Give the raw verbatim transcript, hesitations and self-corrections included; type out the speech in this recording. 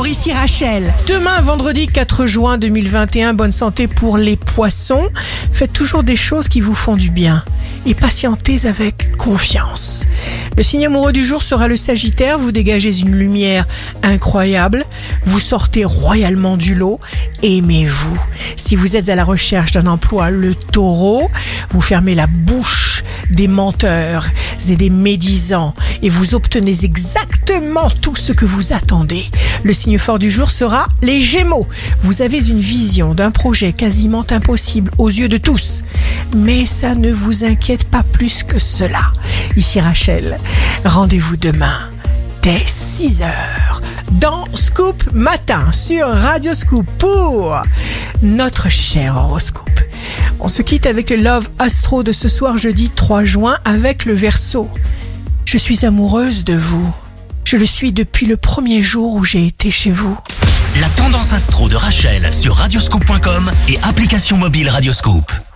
ici Rachel. Demain, vendredi quatre juin deux mille vingt et un, bonne santé pour les poissons. Faites toujours des choses qui vous font du bien et patientez avec confiance. Le signe amoureux du jour sera le Sagittaire. Vous dégagez une lumière incroyable. Vous sortez royalement du lot. Aimez-vous. Si vous êtes à la recherche d'un emploi, le Taureau, vous fermez la bouche des menteurs et des médisants et vous obtenez exactement tout ce que vous attendez. Le signe fort du jour sera les Gémeaux. Vous avez une vision d'un projet quasiment impossible aux yeux de tous, mais ça ne vous inquiète pas plus que cela. Ici Rachel, rendez-vous demain dès six heures dans Scoop Matin sur Radio Scoop pour notre cher horoscope. On se quitte avec le Love Astro de ce soir jeudi trois juin avec le Verseau. Je suis amoureuse de vous. Je le suis depuis le premier jour où j'ai été chez vous. La tendance astro de Rachel sur radioscoop point com et application mobile Radioscoop.